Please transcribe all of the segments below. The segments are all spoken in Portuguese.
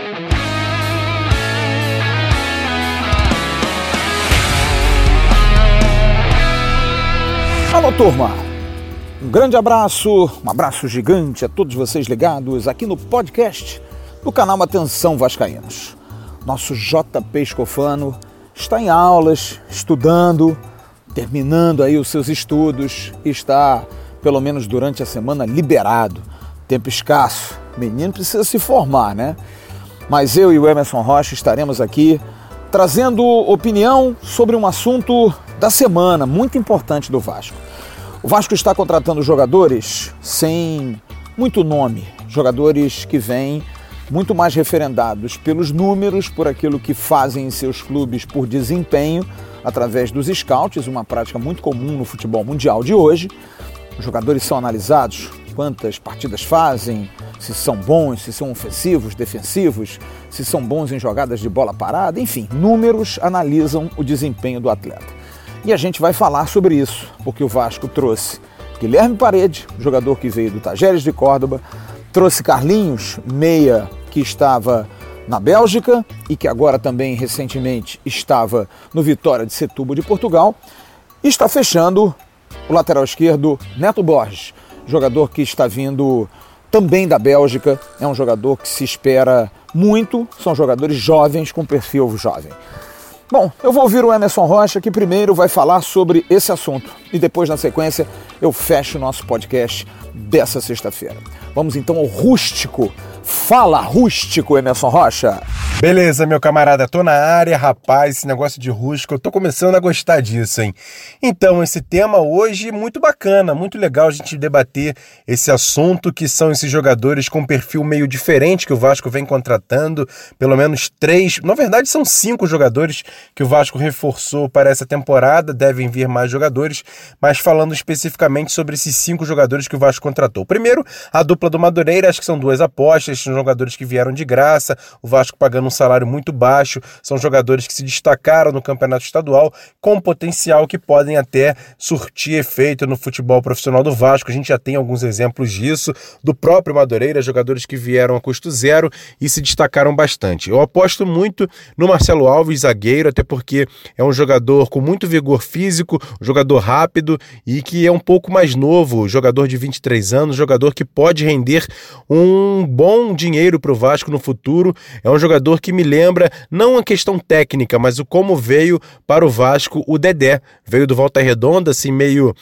Alô, turma! Um grande abraço, um abraço gigante a todos vocês ligados aqui no podcast do canal Atenção Vascaínos. Nosso JP Scofano está em aulas, estudando, terminando aí os seus estudos e está, pelo menos durante a semana, liberado. Tempo escasso, menino precisa se formar, né? Mas eu e o Emerson Rocha estaremos aqui trazendo opinião sobre um assunto da semana, muito importante do Vasco. O Vasco está contratando jogadores sem muito nome, jogadores que vêm muito mais referendados pelos números, por aquilo que fazem em seus clubes por desempenho, através dos scouts, uma prática muito comum no futebol mundial de hoje. Os jogadores são analisados, quantas partidas fazem, se são bons, se são ofensivos, defensivos, se são bons em jogadas de bola parada, enfim, números analisam o desempenho do atleta. E a gente vai falar sobre isso, porque o Vasco trouxe Guilherme Parede, jogador que veio do Tajeres de Córdoba, trouxe Carlinhos, meia que estava na Bélgica e que agora também recentemente estava no Vitória de Setúbal de Portugal, e está fechando o lateral esquerdo Neto Borges, jogador que está vindo também da Bélgica, é um jogador que se espera muito, são jogadores jovens com perfil jovem. Bom, eu vou ouvir o Emerson Rocha, que primeiro vai falar sobre esse assunto e depois, na sequência, eu fecho o nosso podcast dessa sexta-feira. Vamos então ao rústico. Fala, rústico, Emerson Rocha! Beleza, meu camarada, tô na área, rapaz, esse negócio de rústico, eu tô começando a gostar disso, hein? Então, esse tema hoje é muito bacana, muito legal a gente debater esse assunto, que são esses jogadores com perfil meio diferente que o Vasco vem contratando, pelo menos 3, na verdade são 5 jogadores que o Vasco reforçou para essa temporada, devem vir mais jogadores, mas falando especificamente sobre esses 5 jogadores que o Vasco contratou. Primeiro, a dupla do Madureira, acho que são 2 apostas, são jogadores que vieram de graça, o Vasco pagando um salário muito baixo, são jogadores que se destacaram no campeonato estadual, com potencial que podem até surtir efeito no futebol profissional do Vasco. A gente já tem alguns exemplos disso, do próprio Madureira, jogadores que vieram a custo zero e se destacaram bastante. Eu aposto muito no Marcelo Alves, zagueiro, até porque é um jogador com muito vigor físico, um jogador rápido e que é um pouco mais novo, jogador de 23 anos, jogador que pode render um bom dinheiro para o Vasco no futuro. É um jogador que me lembra, não a questão técnica, mas o como veio para o Vasco o Dedé. Veio do Volta Redonda, assim, meio...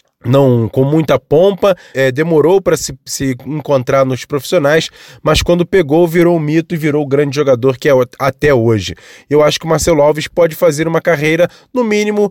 não com muita pompa, demorou para se encontrar nos profissionais, mas quando pegou virou um mito e virou o grande jogador que é até hoje. Eu acho que o Marcelo Alves pode fazer uma carreira, no mínimo,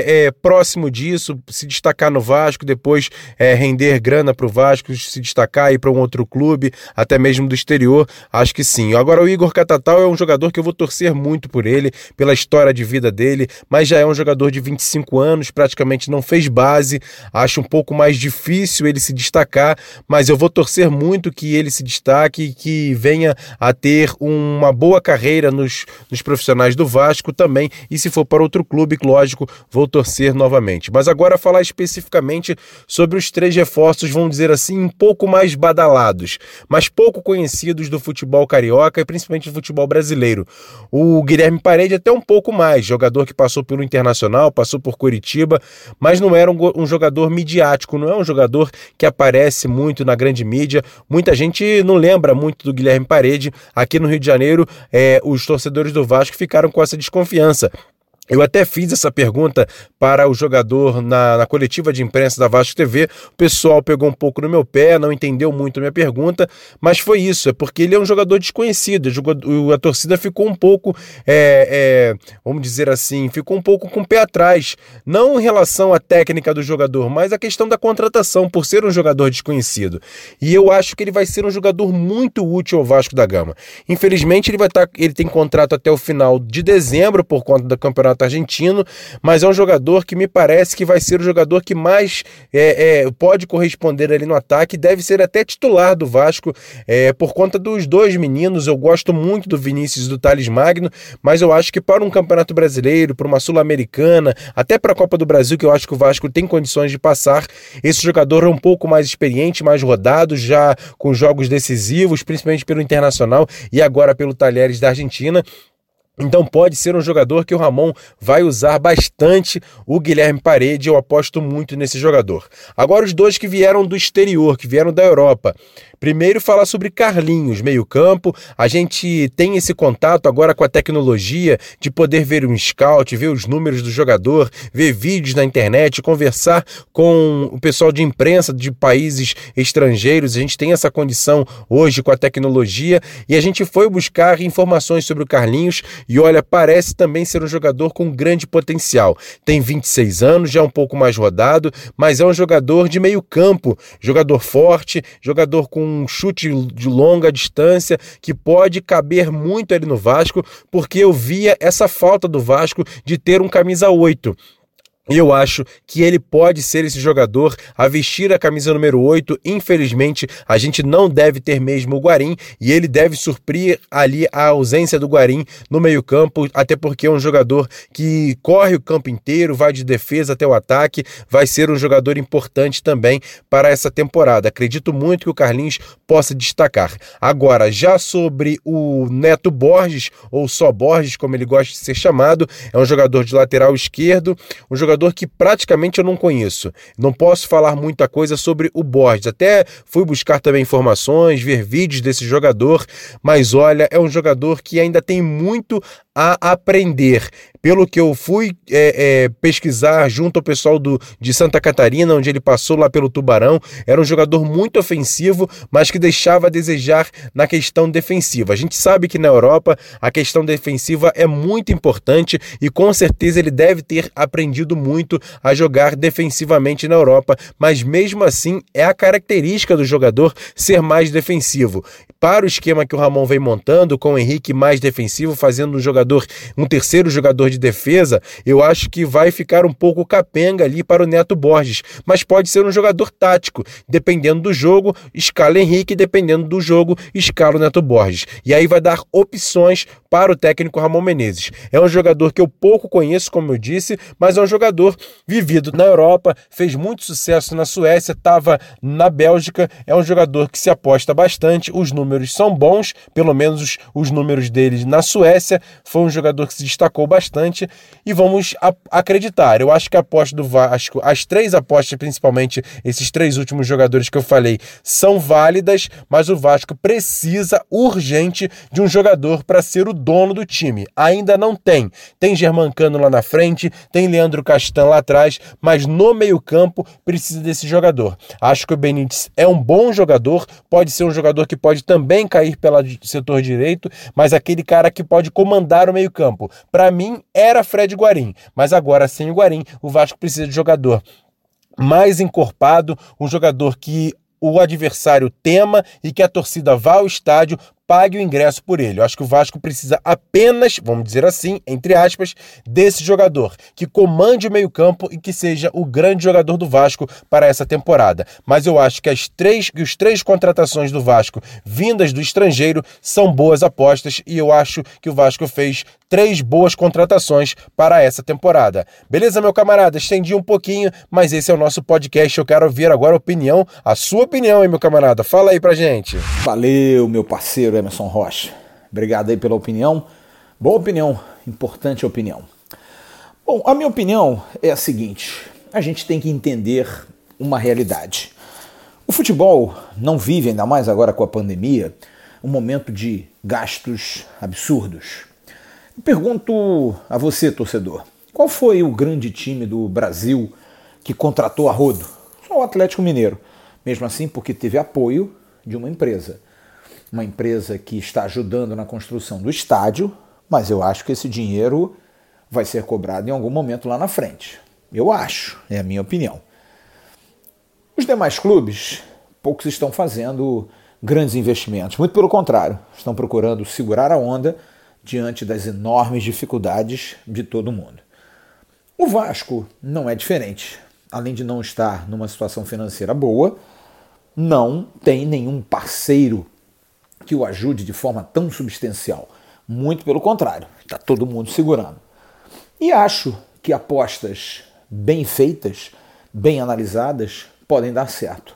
próximo disso, se destacar no Vasco, depois render grana para o Vasco, se destacar, ir para um outro clube, até mesmo do exterior, acho que sim. Agora o Igor Catatal é um jogador que eu vou torcer muito por ele, pela história de vida dele, mas já é um jogador de 25 anos, praticamente não fez base. Acho um pouco mais difícil ele se destacar, mas eu vou torcer muito que ele se destaque e que venha a ter uma boa carreira nos profissionais do Vasco também, e se for para outro clube, lógico, vou torcer novamente. Mas agora falar especificamente sobre os 3 reforços, vamos dizer assim, um pouco mais badalados, mas pouco conhecidos do futebol carioca e principalmente do futebol brasileiro. O Guilherme Parede até um pouco mais, jogador que passou pelo Internacional, passou por Curitiba, mas não era um jogador midiático, não é um jogador que aparece muito na grande mídia. Muita gente não lembra muito do Guilherme Parede. Aqui no Rio de Janeiro, os torcedores do Vasco ficaram com essa desconfiança. Eu até fiz essa pergunta para o jogador na coletiva de imprensa da Vasco TV, o pessoal pegou um pouco no meu pé, não entendeu muito a minha pergunta, mas foi isso, é porque ele é um jogador desconhecido, a torcida ficou um pouco, vamos dizer assim, ficou um pouco com o pé atrás, não em relação à técnica do jogador, mas a questão da contratação, por ser um jogador desconhecido. E eu acho que ele vai ser um jogador muito útil ao Vasco da Gama. Infelizmente ele tem contrato até o final de dezembro por conta do Campeonato campeonato argentino, mas é um jogador que me parece que vai ser o jogador que mais pode corresponder ali no ataque, deve ser até titular do Vasco, por conta dos dois meninos. Eu gosto muito do Vinícius e do Thales Magno, mas eu acho que para um campeonato brasileiro, para uma Sul-Americana, até para a Copa do Brasil, que eu acho que o Vasco tem condições de passar, esse jogador é um pouco mais experiente, mais rodado, já com jogos decisivos, principalmente pelo Internacional e agora pelo Talheres da Argentina. Então pode ser um jogador que o Ramon vai usar bastante. O Guilherme Parede, eu aposto muito nesse jogador. Agora os dois que vieram do exterior, que vieram da Europa. Primeiro falar sobre Carlinhos, meio campo. A gente tem esse contato agora com a tecnologia de poder ver um scout, ver os números do jogador, ver vídeos na internet, conversar com o pessoal de imprensa de países estrangeiros. A gente tem essa condição hoje com a tecnologia e a gente foi buscar informações sobre o Carlinhos e olha, parece também ser um jogador com grande potencial. Tem 26 anos, já um pouco mais rodado, mas é um jogador de meio campo, jogador forte, jogador com um chute de longa distância que pode caber muito ali no Vasco, porque eu via essa falta do Vasco de ter um camisa 8. E eu acho que ele pode ser esse jogador a vestir a camisa número 8. Infelizmente, a gente não deve ter mesmo o Guarim e ele deve suprir ali a ausência do Guarim no meio-campo, até porque é um jogador que corre o campo inteiro, vai de defesa até o ataque, vai ser um jogador importante também para essa temporada. Acredito muito que o Carlinhos possa destacar. Agora, já sobre o Neto Borges, ou só Borges, como ele gosta de ser chamado, é um jogador de lateral esquerdo, um jogador que praticamente eu não conheço. Não posso falar muita coisa sobre o Borges. Até fui buscar também informações, ver vídeos desse jogador, mas olha, é um jogador que ainda tem muito a aprender. Pelo que eu fui pesquisar junto ao pessoal de Santa Catarina, onde ele passou lá pelo Tubarão, era um jogador muito ofensivo, mas que deixava a desejar na questão defensiva. A gente sabe que na Europa a questão defensiva é muito importante e com certeza ele deve ter aprendido muito a jogar defensivamente na Europa, mas mesmo assim é a característica do jogador ser mais defensivo. Para o esquema que o Ramon vem montando, com o Henrique mais defensivo, fazendo um terceiro jogador de defesa, eu acho que vai ficar um pouco capenga ali para o Neto Borges, mas pode ser um jogador tático, dependendo do jogo, escala Henrique, dependendo do jogo, escala o Neto Borges, e aí vai dar opções para o técnico Ramon Menezes. É um jogador que eu pouco conheço, como eu disse, mas é um jogador vivido na Europa, fez muito sucesso na Suécia, estava na Bélgica, é um jogador que se aposta bastante, os números são bons, pelo menos os números dele na Suécia, foi um jogador que se destacou bastante e vamos acreditar. Eu acho que a aposta do Vasco, as três apostas, principalmente esses três últimos jogadores que eu falei, são válidas, mas o Vasco precisa urgente de um jogador para ser o dono do time. Ainda não tem. Tem Germancano lá na frente, tem Leandro Castan lá atrás, mas no meio-campo precisa desse jogador. Acho que o Benítez é um bom jogador, pode ser um jogador que pode também cair pelo setor direito, mas aquele cara que pode comandar o meio-campo. Para mim, era Fred Guarim, mas agora sem o Guarim, o Vasco precisa de jogador mais encorpado, um jogador que o adversário tema e que a torcida vá ao estádio, pague o ingresso por ele. Eu acho que o Vasco precisa apenas, vamos dizer assim, entre aspas, desse jogador, que comande o meio-campo e que seja o grande jogador do Vasco para essa temporada. Mas eu acho que os três contratações do Vasco vindas do estrangeiro são boas apostas e eu acho que o Vasco fez 3 boas contratações para essa temporada. Beleza, meu camarada? Estendi um pouquinho, mas esse é o nosso podcast. Eu quero ouvir agora a sua opinião, hein, meu camarada? Fala aí pra gente. Valeu, meu parceiro Emerson Rocha. Obrigado aí pela opinião. Boa opinião, importante opinião. Bom, a minha opinião é a seguinte: a gente tem que entender uma realidade. O futebol não vive, ainda mais agora com a pandemia, um momento de gastos absurdos. Eu pergunto a você, torcedor, qual foi o grande time do Brasil que contratou a rodo? Só o Atlético Mineiro. Mesmo assim, porque teve apoio de uma empresa. Uma empresa que está ajudando na construção do estádio, mas eu acho que esse dinheiro vai ser cobrado em algum momento lá na frente. Eu acho, é a minha opinião. Os demais clubes, poucos estão fazendo grandes investimentos. Muito pelo contrário, estão procurando segurar a onda diante das enormes dificuldades de todo mundo. O Vasco não é diferente. Além de não estar numa situação financeira boa, não tem nenhum parceiro que o ajude de forma tão substancial. Muito pelo contrário, está todo mundo segurando. E acho que apostas bem feitas, bem analisadas, podem dar certo.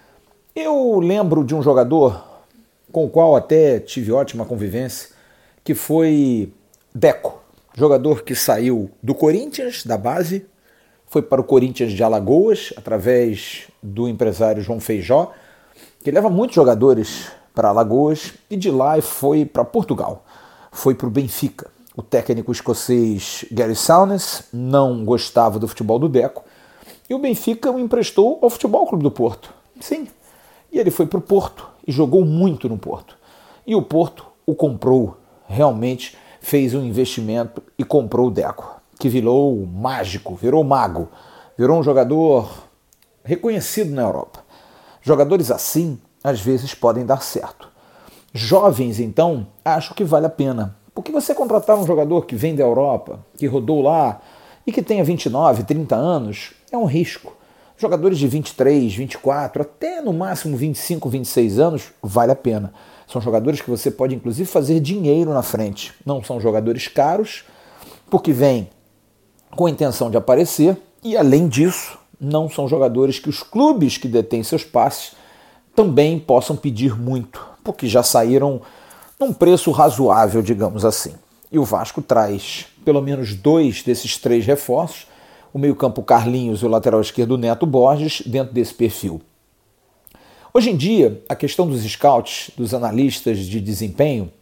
Eu lembro de um jogador com o qual até tive ótima convivência, que foi Deco, jogador que saiu do Corinthians, da base, foi para o Corinthians de Alagoas, através do empresário João Feijó, que leva muitos jogadores para Alagoas, e de lá foi para Portugal, foi para o Benfica. O técnico escocês Gary Souness não gostava do futebol do Deco, e o Benfica o emprestou ao Futebol Clube do Porto. Sim, e ele foi para o Porto e jogou muito no Porto. E o Porto o comprou, realmente fez um investimento e comprou o Deco, que virou mágico, virou mago, virou um jogador reconhecido na Europa. Jogadores assim, às vezes, podem dar certo. Jovens, então, acho que vale a pena. Porque você contratar um jogador que vem da Europa, que rodou lá e que tenha 29, 30 anos, é um risco. Jogadores de 23, 24, até no máximo 25, 26 anos, vale a pena. São jogadores que você pode, inclusive, fazer dinheiro na frente. Não são jogadores caros, porque vêm com a intenção de aparecer, e, além disso, não são jogadores que os clubes que detêm seus passes também possam pedir muito, porque já saíram num preço razoável, digamos assim. E o Vasco traz pelo menos 2 desses 3 reforços, o meio-campo Carlinhos e o lateral esquerdo Neto Borges, dentro desse perfil. Hoje em dia, a questão dos scouts, dos analistas de desempenho,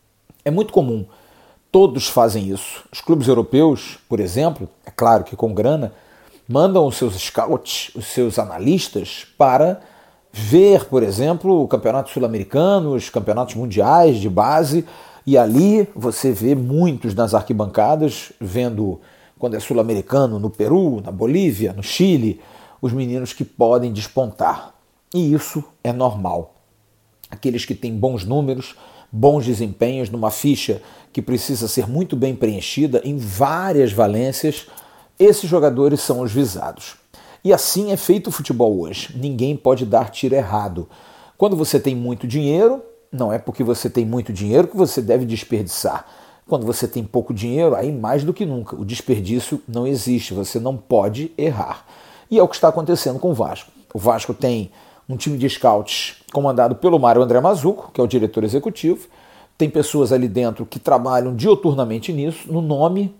é muito comum. Todos fazem isso. Os clubes europeus, por exemplo, é claro que com grana, mandam os seus scouts, os seus analistas, para ver, por exemplo, o campeonato sul-americano, os campeonatos mundiais de base, e ali você vê muitos nas arquibancadas, vendo quando é sul-americano, no Peru, na Bolívia, no Chile, os meninos que podem despontar. E isso é normal. Aqueles que têm bons números, bons desempenhos numa ficha que precisa ser muito bem preenchida em várias valências, esses jogadores são os visados. E assim é feito o futebol hoje. Ninguém pode dar tiro errado. Quando você tem muito dinheiro, não é porque você tem muito dinheiro que você deve desperdiçar. Quando você tem pouco dinheiro, aí mais do que nunca. O desperdício não existe, você não pode errar. E é o que está acontecendo com o Vasco. O Vasco tem um time de scouts comandado pelo Mário André Mazzucco, que é o diretor executivo. Tem pessoas ali dentro que trabalham dioturnamente nisso, no nome,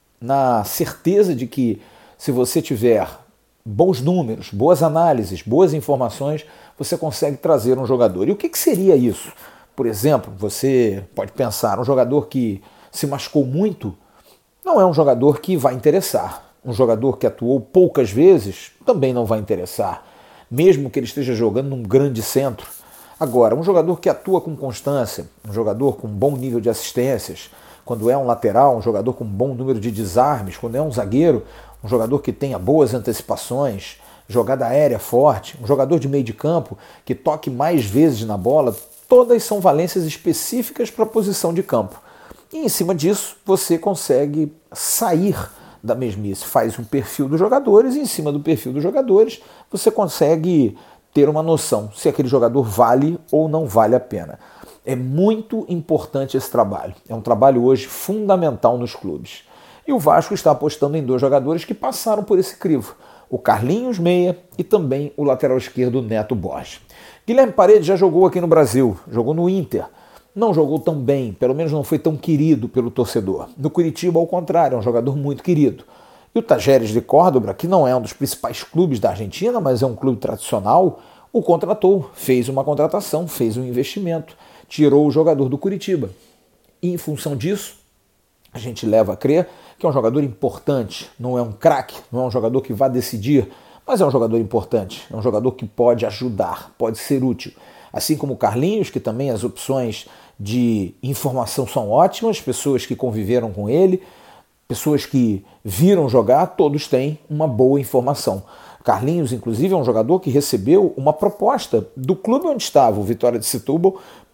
na certeza de que se você tiver bons números, boas análises, boas informações, você consegue trazer um jogador. E o que seria isso? Por exemplo, você pode pensar, um jogador que se machucou muito, não é um jogador que vai interessar. Um jogador que atuou poucas vezes também não vai interessar, mesmo que ele esteja jogando num grande centro. Agora, um jogador que atua com constância, um jogador com bom nível de assistências, quando é um lateral, um jogador com bom número de desarmes, quando é um zagueiro, um jogador que tenha boas antecipações, jogada aérea forte, um jogador de meio de campo que toque mais vezes na bola, todas são valências específicas para a posição de campo. E em cima disso, você consegue sair da mesmice, faz um perfil dos jogadores e em cima do perfil dos jogadores você consegue ter uma noção se aquele jogador vale ou não vale a pena. É muito importante esse trabalho. É um trabalho hoje fundamental nos clubes. E o Vasco está apostando em 2 jogadores que passaram por esse crivo. O Carlinhos Meia e também o lateral esquerdo Neto Borges. Guilherme Paredes já jogou aqui no Brasil, jogou no Inter. Não jogou tão bem, pelo menos não foi tão querido pelo torcedor. No Curitiba, ao contrário, é um jogador muito querido. E o Talleres de Córdoba, que não é um dos principais clubes da Argentina, mas é um clube tradicional, o contratou, fez uma contratação, fez um investimento, tirou o jogador do Curitiba. E em função disso, a gente leva a crer que é um jogador importante, não é um craque, não é um jogador que vai decidir, mas é um jogador importante, é um jogador que pode ajudar, pode ser útil. Assim como o Carlinhos, que também as opções de informação são ótimas, pessoas que conviveram com ele, pessoas que viram jogar, todos têm uma boa informação. Carlinhos, inclusive, é um jogador que recebeu uma proposta do clube onde estava, o Vitória de Setúbal,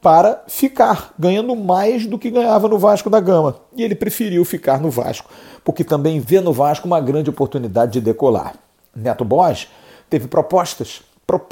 para ficar ganhando mais do que ganhava no Vasco da Gama. E ele preferiu ficar no Vasco, porque também vê no Vasco uma grande oportunidade de decolar. Neto Boas teve propostas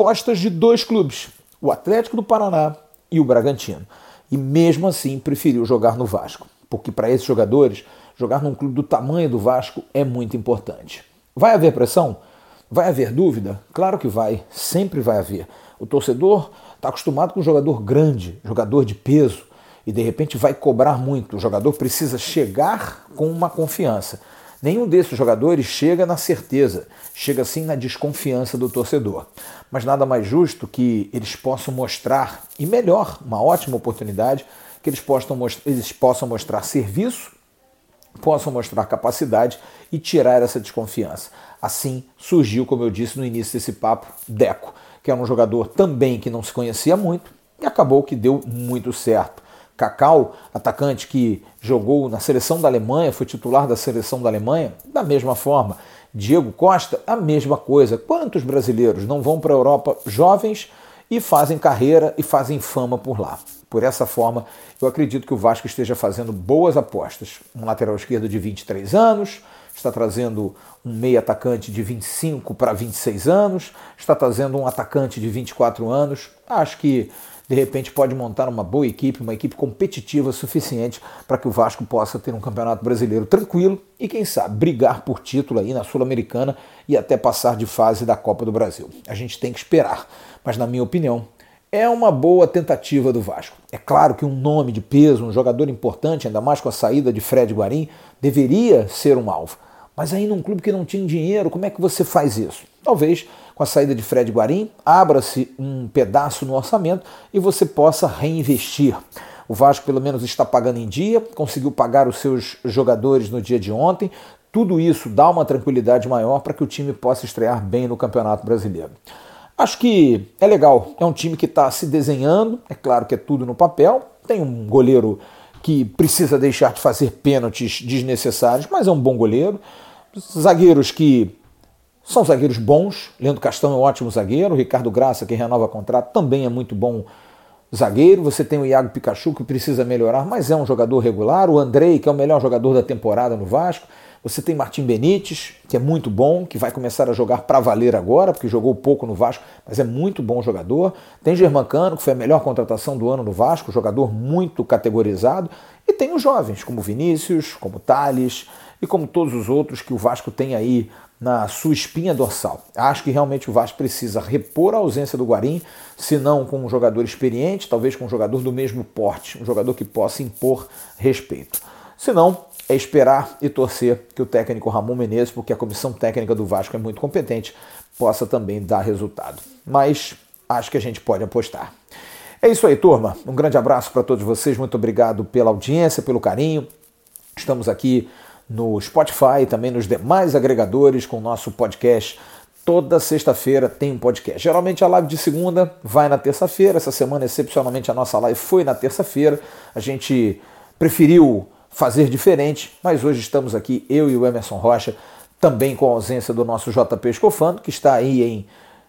de 2 clubes, o Atlético do Paraná e o Bragantino. E mesmo assim preferiu jogar no Vasco, porque para esses jogadores, jogar num clube do tamanho do Vasco é muito importante. Vai haver pressão? Vai haver dúvida? Claro que vai, sempre vai haver. O torcedor está acostumado com um jogador grande, jogador de peso, e de repente vai cobrar muito. O jogador precisa chegar com uma confiança. Nenhum desses jogadores chega na certeza, chega sim na desconfiança do torcedor. Mas nada mais justo que eles possam mostrar, e melhor, uma ótima oportunidade, que eles possam mostrar serviço, possam mostrar capacidade e tirar essa desconfiança. Assim surgiu, como eu disse no início desse papo, Deco, que era um jogador também que não se conhecia muito e acabou que deu muito certo. Cacau, atacante que jogou na seleção da Alemanha, foi titular da seleção da Alemanha, da mesma forma. Diego Costa, a mesma coisa. Quantos brasileiros não vão para a Europa jovens e fazem carreira e fazem fama por lá? Por essa forma, eu acredito que o Vasco esteja fazendo boas apostas. Um lateral esquerdo de 23 anos, está trazendo um meio atacante de 25 para 26 anos, está trazendo um atacante de 24 anos. Acho que de repente pode montar uma boa equipe, uma equipe competitiva suficiente para que o Vasco possa ter um campeonato brasileiro tranquilo e, quem sabe, brigar por título aí na Sul-Americana e até passar de fase da Copa do Brasil. A gente tem que esperar, mas na minha opinião, é uma boa tentativa do Vasco. É claro que um nome de peso, um jogador importante, ainda mais com a saída de Fred Guarim, deveria ser um alvo. Mas aí num clube que não tinha dinheiro, como é que você faz isso? Talvez com a saída de Fred Guarim, abra-se um pedaço no orçamento e você possa reinvestir. O Vasco pelo menos está pagando em dia, conseguiu pagar os seus jogadores no dia de ontem. Tudo isso dá uma tranquilidade maior para que o time possa estrear bem no Campeonato Brasileiro. Acho que é legal, é um time que está se desenhando, é claro que é tudo no papel, tem um goleiro que precisa deixar de fazer pênaltis desnecessários, mas é um bom goleiro. Zagueiros que são zagueiros bons, Leandro Castão é um ótimo zagueiro, Ricardo Graça, que renova contrato, também é muito bom zagueiro. Você tem o Iago Pikachu, que precisa melhorar, mas é um jogador regular. O Andrei, que é o melhor jogador da temporada no Vasco. Você tem Martim Benítez, que é muito bom, que vai começar a jogar para valer agora, porque jogou pouco no Vasco, mas é muito bom jogador. Tem Germancano, que foi a melhor contratação do ano no Vasco, jogador muito categorizado. E tem os jovens, como Vinícius, como Thales e como todos os outros que o Vasco tem aí na sua espinha dorsal. Acho que realmente o Vasco precisa repor a ausência do Guarim, se não com um jogador experiente, talvez com um jogador do mesmo porte, um jogador que possa impor respeito. Se não, é esperar e torcer que o técnico Ramon Menezes, porque a comissão técnica do Vasco é muito competente, possa também dar resultado. Mas acho que a gente pode apostar. É isso aí, turma. Um grande abraço para todos vocês. Muito obrigado pela audiência, pelo carinho. Estamos aqui no Spotify e também nos demais agregadores com o nosso podcast. Toda sexta-feira tem um podcast. Geralmente a live de segunda vai na terça-feira. Essa semana, excepcionalmente, a nossa live foi na terça-feira. A gente preferiu fazer diferente, mas hoje estamos aqui, eu e o Emerson Rocha, também com a ausência do nosso JP Escofando, que está aí em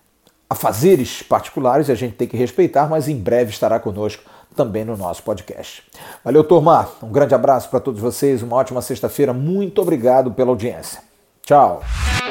afazeres particulares, e a gente tem que respeitar, mas em breve estará conosco também no nosso podcast. Valeu, turma. Um grande abraço para todos vocês, uma ótima sexta-feira. Muito obrigado pela audiência. Tchau.